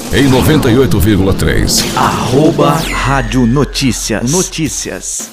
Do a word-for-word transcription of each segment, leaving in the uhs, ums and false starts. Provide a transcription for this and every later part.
Em noventa e oito vírgula três. Arroba Rádio Notícias. Notícias.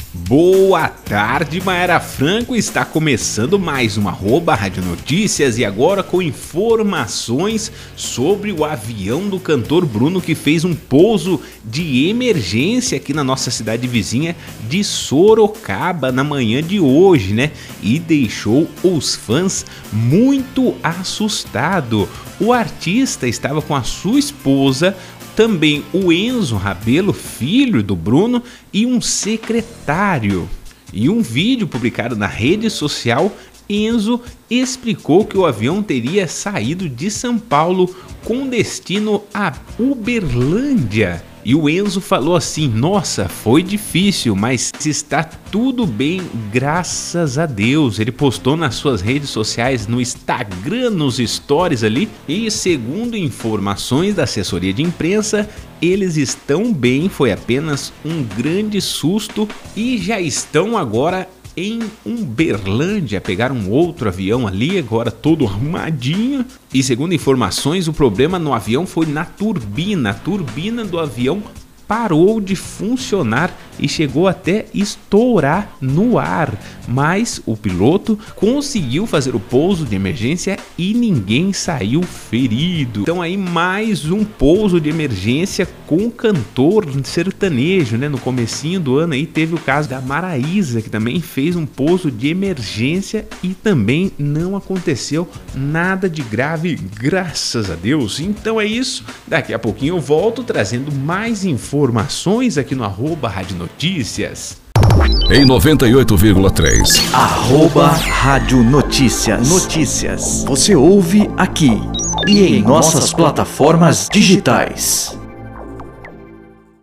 Boa tarde, Maera Franco. Está começando mais uma Arroba Rádio Notícias e agora com informações sobre o avião do cantor Bruno que fez um pouso de emergência aqui na nossa cidade vizinha de Sorocaba na manhã de hoje, né? E deixou os fãs muito assustados. O artista estava com a sua esposa, também o Enzo Rabelo, filho do Bruno, e um secretário. Em um vídeo publicado na rede social, Enzo explicou que o avião teria saído de São Paulo com destino a Uberlândia. E o Enzo falou assim: nossa, foi difícil, mas está tudo bem, graças a Deus. Ele postou nas suas redes sociais, no Instagram, nos stories ali. E segundo informações da assessoria de imprensa, eles estão bem, foi apenas um grande susto e já estão agora em Uberlândia. Pegaram um outro avião ali, agora todo arrumadinho. E segundo informações, o problema no avião foi na turbina. A turbina do avião parou de funcionar e chegou até estourar no ar, mas o piloto conseguiu fazer o pouso de emergência e ninguém saiu ferido. Então aí mais um pouso de emergência com cantor sertanejo, né? No comecinho do ano aí teve o caso da Maraísa, que também fez um pouso de emergência e também não aconteceu nada de grave, graças a Deus. Então é isso, daqui a pouquinho eu volto trazendo mais informações aqui no arroba Rádio Notícias. Em noventa e oito vírgula três. Arroba Rádio Notícias. Notícias. Você ouve aqui e em nossas plataformas digitais.